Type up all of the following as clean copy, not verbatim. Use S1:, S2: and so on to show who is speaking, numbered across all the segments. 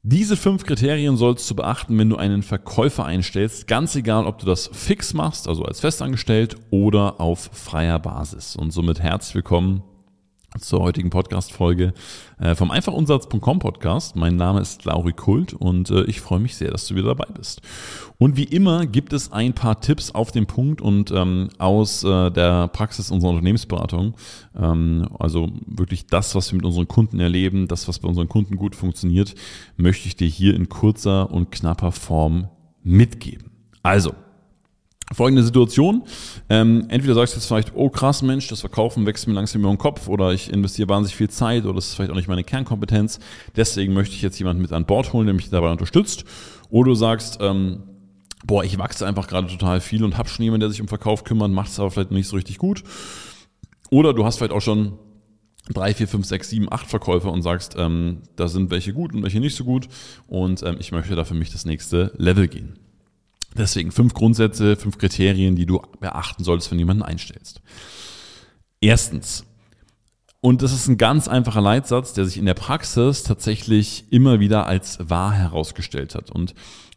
S1: Diese 5 Kriterien sollst du beachten, wenn du einen Verkäufer einstellst, ganz egal, ob du das fix machst, also als festangestellt oder auf freier Basis. Und somit herzlich willkommen zur heutigen Podcast-Folge vom Einfachumsatz.com Podcast. Mein Name ist Lauri Kult und ich freue mich sehr, dass du wieder dabei bist. Und wie immer gibt es ein paar Tipps auf den Punkt und aus der Praxis unserer Unternehmensberatung, also wirklich das, was wir mit unseren Kunden erleben, das, was bei unseren Kunden gut funktioniert, möchte ich dir hier in kurzer und knapper Form mitgeben. Also, folgende Situation, entweder sagst du jetzt vielleicht, oh krass Mensch, das Verkaufen wächst mir langsam über den Kopf oder ich investiere wahnsinnig viel Zeit oder das ist vielleicht auch nicht meine Kernkompetenz, deswegen möchte ich jetzt jemanden mit an Bord holen, der mich dabei unterstützt. Oder du sagst, ich wachse einfach gerade total viel und habe schon jemanden, der sich um Verkauf kümmert, macht es aber vielleicht nicht so richtig gut. Oder du hast vielleicht auch schon 3, 4, 5, 6, 7, 8 Verkäufer und sagst, da sind welche gut und welche nicht so gut und ich möchte da für mich das nächste Level gehen. Deswegen 5 Grundsätze, 5 Kriterien, die du beachten solltest, wenn du jemanden einstellst. Erstens, und das ist ein ganz einfacher Leitsatz, der sich in der Praxis tatsächlich immer wieder als wahr herausgestellt hat. Und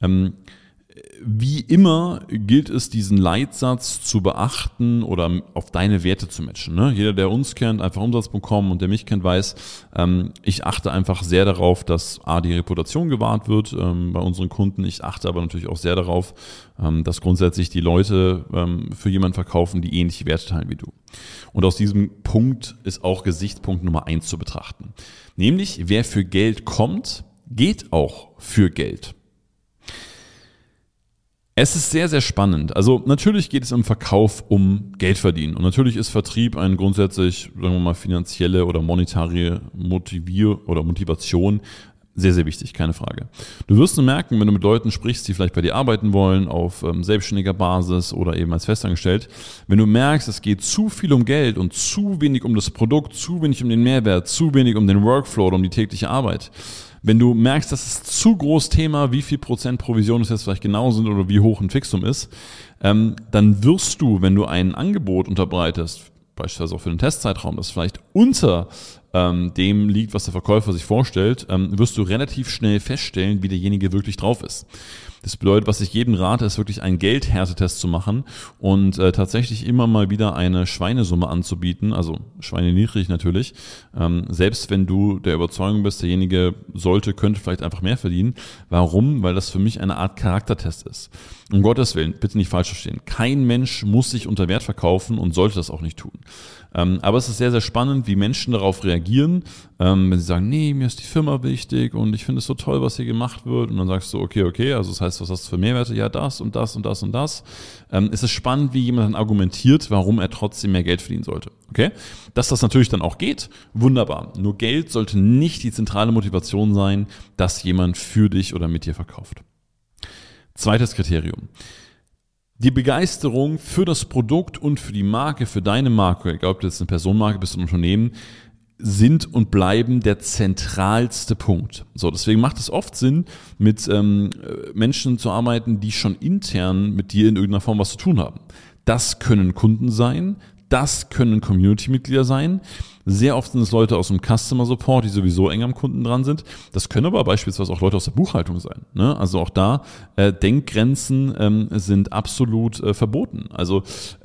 S1: wie immer gilt es, diesen Leitsatz zu beachten oder auf deine Werte zu matchen. Ne? Jeder, der uns kennt, Einfachumsatz.com und der mich kennt, weiß, ich achte einfach sehr darauf, dass die Reputation gewahrt wird bei unseren Kunden. Ich achte aber natürlich auch sehr darauf, dass grundsätzlich die Leute für jemanden verkaufen, die ähnliche Werte teilen wie du. Und aus diesem Punkt ist auch Gesichtspunkt Nummer 1 zu betrachten. Nämlich, wer für Geld kommt, geht auch für Geld. Es ist sehr, sehr spannend. Also natürlich geht es im Verkauf um Geld verdienen. Und natürlich ist Vertrieb eine grundsätzlich, sagen wir mal, finanzielle oder monetäre Motivation sehr, sehr wichtig, keine Frage. Du wirst nur merken, wenn du mit Leuten sprichst, die vielleicht bei dir arbeiten wollen, auf selbstständiger Basis oder eben als festangestellt, wenn du merkst, es geht zu viel um Geld und zu wenig um das Produkt, zu wenig um den Mehrwert, zu wenig um den Workflow oder um die tägliche Arbeit, wenn du merkst, das ist zu groß Thema, wie viel Prozent Provision es jetzt vielleicht genau sind oder wie hoch ein Fixum ist, dann wirst du, wenn du ein Angebot unterbreitest, beispielsweise auch für den Testzeitraum, das vielleicht unter dem liegt, was der Verkäufer sich vorstellt, wirst du relativ schnell feststellen, wie derjenige wirklich drauf ist. Das bedeutet, was ich jedem rate, ist wirklich einen Geldhärtetest zu machen und tatsächlich immer mal wieder eine Schweinesumme anzubieten, also schweineniedrig natürlich, selbst wenn du der Überzeugung bist, derjenige könnte vielleicht einfach mehr verdienen. Warum? Weil das für mich eine Art Charaktertest ist. Um Gottes Willen, bitte nicht falsch verstehen. Kein Mensch muss sich unter Wert verkaufen und sollte das auch nicht tun. Aber es ist sehr, sehr spannend, wie Menschen darauf reagieren, wenn sie sagen, nee, mir ist die Firma wichtig und ich finde es so toll, was hier gemacht wird. Und dann sagst du, okay, also das heißt, was hast du für Mehrwerte? Ja, das und das und das und das. Es ist spannend, wie jemand dann argumentiert, warum er trotzdem mehr Geld verdienen sollte. Okay? Dass das natürlich dann auch geht, wunderbar. Nur Geld sollte nicht die zentrale Motivation sein, dass jemand für dich oder mit dir verkauft. Zweites Kriterium. Die Begeisterung für das Produkt und für die Marke, für deine Marke, egal ob du jetzt eine Personenmarke bist oder ein Unternehmen, sind und bleiben der zentralste Punkt. So, deswegen macht es oft Sinn, mit Menschen zu arbeiten, die schon intern mit dir in irgendeiner Form was zu tun haben. Das können Kunden sein, das können Community-Mitglieder sein. Sehr oft sind es Leute aus dem Customer Support, die sowieso eng am Kunden dran sind. Das können aber beispielsweise auch Leute aus der Buchhaltung sein. Ne? Also auch da, Denkgrenzen sind absolut verboten. Also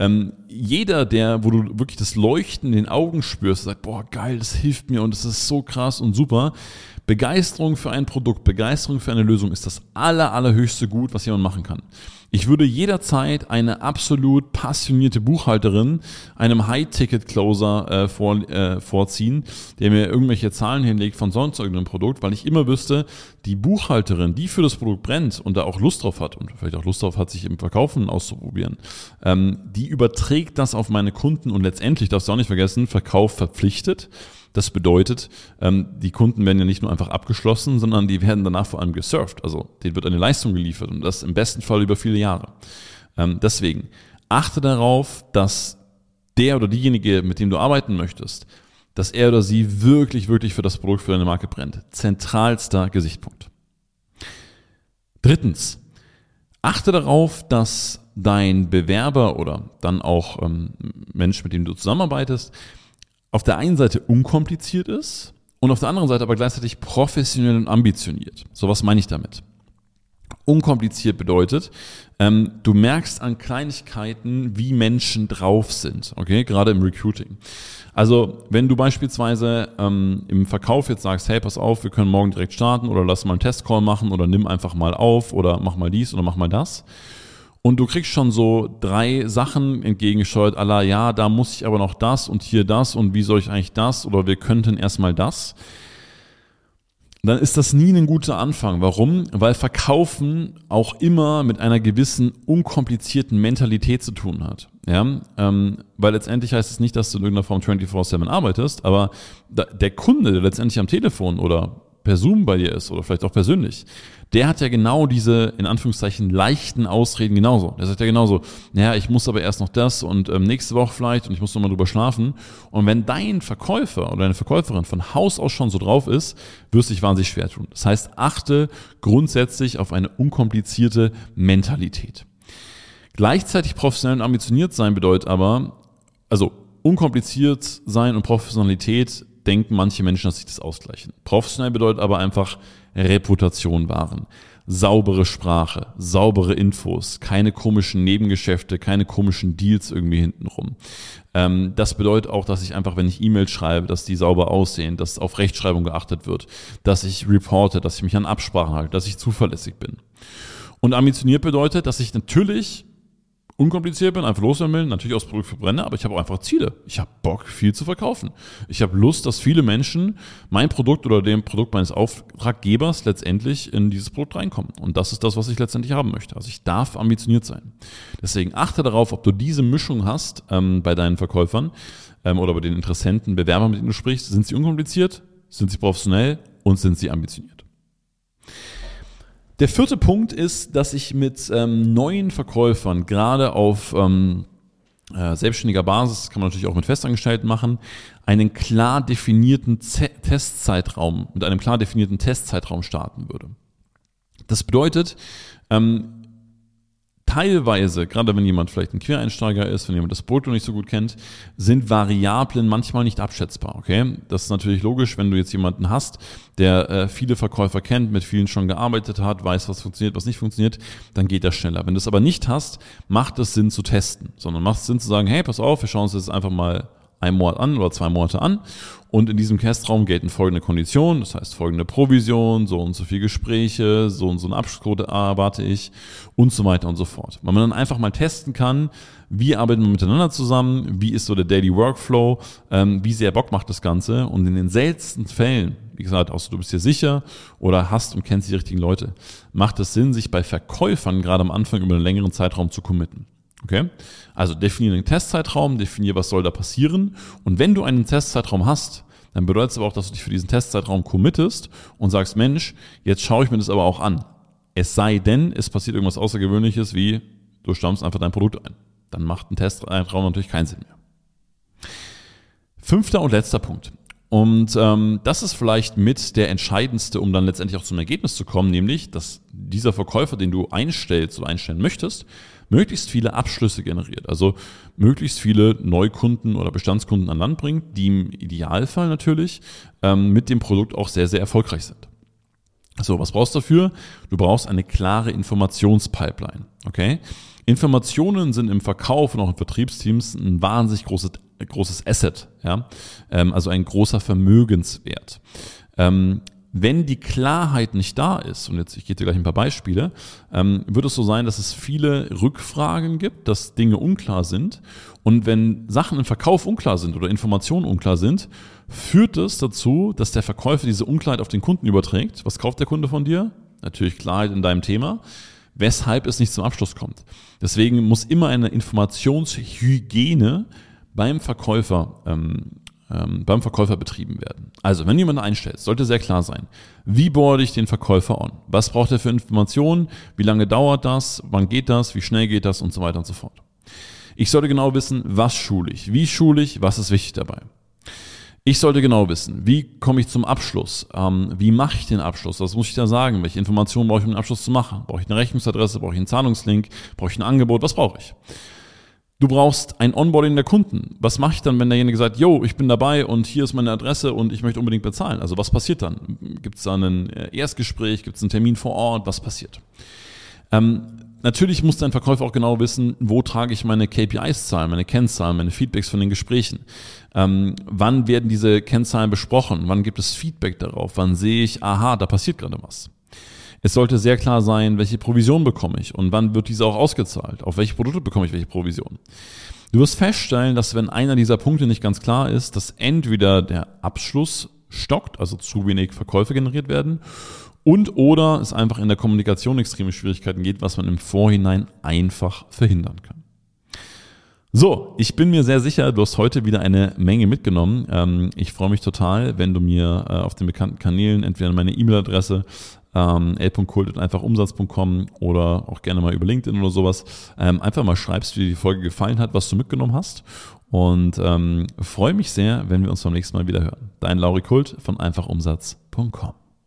S1: jeder, wo du wirklich das Leuchten in den Augen spürst, sagt, boah geil, das hilft mir und das ist so krass und super. Begeisterung für ein Produkt, Begeisterung für eine Lösung ist das allerhöchste Gut, was jemand machen kann. Ich würde jederzeit eine absolut passionierte Buchhalterin einem High-Ticket-Closer vorziehen, der mir irgendwelche Zahlen hinlegt von sonst irgendeinem Produkt, weil ich immer wüsste, die Buchhalterin, die für das Produkt brennt und da auch Lust drauf hat und vielleicht auch Lust drauf hat, sich im Verkaufen auszuprobieren, die überträgt das auf meine Kunden und letztendlich, darfst du auch nicht vergessen, Verkauf verpflichtet. Das bedeutet, die Kunden werden ja nicht nur einfach abgeschlossen, sondern die werden danach vor allem gesurft. Also denen wird eine Leistung geliefert und das im besten Fall über viele Jahre. Deswegen achte darauf, dass der oder diejenige, mit dem du arbeiten möchtest, dass er oder sie wirklich für das Produkt, für deine Marke brennt. Zentralster Gesichtspunkt. Drittens, achte darauf, dass dein Bewerber oder dann auch Mensch, mit dem du zusammenarbeitest, auf der einen Seite unkompliziert ist und auf der anderen Seite aber gleichzeitig professionell und ambitioniert. So, was meine ich damit? Unkompliziert bedeutet, du merkst an Kleinigkeiten, wie Menschen drauf sind, okay, gerade im Recruiting. Also wenn du beispielsweise im Verkauf jetzt sagst, hey, pass auf, wir können morgen direkt starten oder lass mal einen Testcall machen oder nimm einfach mal auf oder mach mal dies oder mach mal das. Und du kriegst schon so 3 Sachen entgegengesteuert, à la, ja, da muss ich aber noch das und hier das und wie soll ich eigentlich das oder wir könnten erstmal das. Dann ist das nie ein guter Anfang. Warum? Weil Verkaufen auch immer mit einer gewissen unkomplizierten Mentalität zu tun hat. Ja, weil letztendlich heißt es nicht, dass du in irgendeiner Form 24/7 arbeitest, aber der Kunde, der letztendlich am Telefon oder per Zoom bei dir ist oder vielleicht auch persönlich, der hat ja genau diese, in Anführungszeichen, leichten Ausreden genauso. Der sagt ja genauso, naja, ich muss aber erst noch das und nächste Woche vielleicht und ich muss noch mal drüber schlafen. Und wenn dein Verkäufer oder deine Verkäuferin von Haus aus schon so drauf ist, wirst du dich wahnsinnig schwer tun. Das heißt, achte grundsätzlich auf eine unkomplizierte Mentalität. Gleichzeitig professionell und ambitioniert sein bedeutet aber, also unkompliziert sein und Professionalität denken manche Menschen, dass sich das ausgleichen. Professionell bedeutet aber einfach Reputation wahren, saubere Sprache, saubere Infos, keine komischen Nebengeschäfte, keine komischen Deals irgendwie hintenrum. Das bedeutet auch, dass ich einfach, wenn ich E-Mails schreibe, dass die sauber aussehen, dass auf Rechtschreibung geachtet wird, dass ich reporte, dass ich mich an Absprachen halte, dass ich zuverlässig bin. Und ambitioniert bedeutet, dass ich natürlich unkompliziert bin, einfach loswerden will, natürlich auch das Produkt verbrenne, aber ich habe auch einfach Ziele. Ich habe Bock, viel zu verkaufen. Ich habe Lust, dass viele Menschen mein Produkt oder dem Produkt meines Auftraggebers letztendlich in dieses Produkt reinkommen. Und das ist das, was ich letztendlich haben möchte. Also ich darf ambitioniert sein. Deswegen achte darauf, ob du diese Mischung hast bei deinen Verkäufern oder bei den Interessenten, Bewerbern, mit denen du sprichst. Sind sie unkompliziert? Sind sie professionell? Und sind sie ambitioniert? Der 4. Punkt ist, dass ich mit neuen Verkäufern, gerade auf selbstständiger Basis, kann man natürlich auch mit Festangestellten machen, einen klar definierten Testzeitraum, mit einem klar definierten Testzeitraum starten würde. Das bedeutet, teilweise, gerade wenn jemand vielleicht ein Quereinsteiger ist, wenn jemand das Produkt noch nicht so gut kennt, sind Variablen manchmal nicht abschätzbar. Okay, das ist natürlich logisch, wenn du jetzt jemanden hast, der viele Verkäufer kennt, mit vielen schon gearbeitet hat, weiß, was funktioniert, was nicht funktioniert, dann geht das schneller. Wenn du es aber nicht hast, macht es Sinn zu testen, sondern macht es Sinn zu sagen, hey, pass auf, wir schauen uns das einfach mal 1 Monat an oder 2 Monate an und in diesem Testraum gelten folgende Konditionen, das heißt folgende Provision, so und so viele Gespräche, so und so eine Abschlussquote erwarte ich und so weiter und so fort. Weil man dann einfach mal testen kann, wie arbeiten wir miteinander zusammen, wie ist so der Daily Workflow, wie sehr Bock macht das Ganze und in den seltensten Fällen, wie gesagt, außer du bist dir sicher oder hast und kennst die richtigen Leute, macht es Sinn, sich bei Verkäufern gerade am Anfang über einen längeren Zeitraum zu committen. Okay? Also definiere einen Testzeitraum, definiere, was soll da passieren. Und wenn du einen Testzeitraum hast, dann bedeutet es aber auch, dass du dich für diesen Testzeitraum committest und sagst, Mensch, jetzt schaue ich mir das aber auch an. Es sei denn, es passiert irgendwas Außergewöhnliches, wie du stammst einfach dein Produkt ein. Dann macht ein Testzeitraum natürlich keinen Sinn mehr. 5. und letzter Punkt. Und das ist vielleicht mit der entscheidendste, um dann letztendlich auch zum Ergebnis zu kommen, nämlich, dass dieser Verkäufer, den du einstellst oder einstellen möchtest, möglichst viele Abschlüsse generiert, also möglichst viele Neukunden oder Bestandskunden an Land bringt, die im Idealfall natürlich mit dem Produkt auch sehr, sehr erfolgreich sind. So, was brauchst du dafür? Du brauchst eine klare Informationspipeline. Okay? Informationen sind im Verkauf und auch in Vertriebsteams ein wahnsinnig großes Asset, ja? Also ein großer Vermögenswert. Wenn die Klarheit nicht da ist, und jetzt ich gebe dir gleich ein paar Beispiele, wird es so sein, dass es viele Rückfragen gibt, dass Dinge unklar sind. Und wenn Sachen im Verkauf unklar sind oder Informationen unklar sind, führt es dazu, dass der Verkäufer diese Unklarheit auf den Kunden überträgt. Was kauft der Kunde von dir? Natürlich Klarheit in deinem Thema, weshalb es nicht zum Abschluss kommt. Deswegen muss immer eine Informationshygiene beim Verkäufer betrieben werden. Also, wenn du jemanden einstellst, sollte sehr klar sein, wie boarde ich den Verkäufer on? Was braucht er für Informationen? Wie lange dauert das? Wann geht das? Wie schnell geht das? Und so weiter und so fort. Ich sollte genau wissen, was schule ich? Wie schule ich? Was ist wichtig dabei? Ich sollte genau wissen, wie komme ich zum Abschluss? Wie mache ich den Abschluss? Was muss ich da sagen? Welche Informationen brauche ich, um den Abschluss zu machen? Brauche ich eine Rechnungsadresse? Brauche ich einen Zahlungslink? Brauche ich ein Angebot? Was brauche ich? Du brauchst ein Onboarding der Kunden. Was mache ich dann, wenn derjenige sagt, yo, ich bin dabei und hier ist meine Adresse und ich möchte unbedingt bezahlen? Also was passiert dann? Gibt es da ein Erstgespräch? Gibt es einen Termin vor Ort? Was passiert? Natürlich muss dein Verkäufer auch genau wissen, wo trage ich meine KPIs zahlen, meine Kennzahlen, meine Feedbacks von den Gesprächen. Wann werden diese Kennzahlen besprochen? Wann gibt es Feedback darauf? Wann sehe ich, aha, da passiert gerade was? Es sollte sehr klar sein, welche Provision bekomme ich und wann wird diese auch ausgezahlt. Auf welche Produkte bekomme ich welche Provision. Du wirst feststellen, dass wenn einer dieser Punkte nicht ganz klar ist, dass entweder der Abschluss stockt, also zu wenig Verkäufe generiert werden, und oder es einfach in der Kommunikation extreme Schwierigkeiten geht, was man im Vorhinein einfach verhindern kann. So, ich bin mir sehr sicher, du hast heute wieder eine Menge mitgenommen. Ich freue mich total, wenn du mir auf den bekannten Kanälen entweder meine E-Mail-Adresse l.kult@einfachumsatz.com oder auch gerne mal über LinkedIn oder sowas einfach mal schreibst, wie dir die Folge gefallen hat, was du mitgenommen hast. Und freue mich sehr, wenn wir uns beim nächsten Mal wieder hören. Dein Lauri Kult von einfachumsatz.com.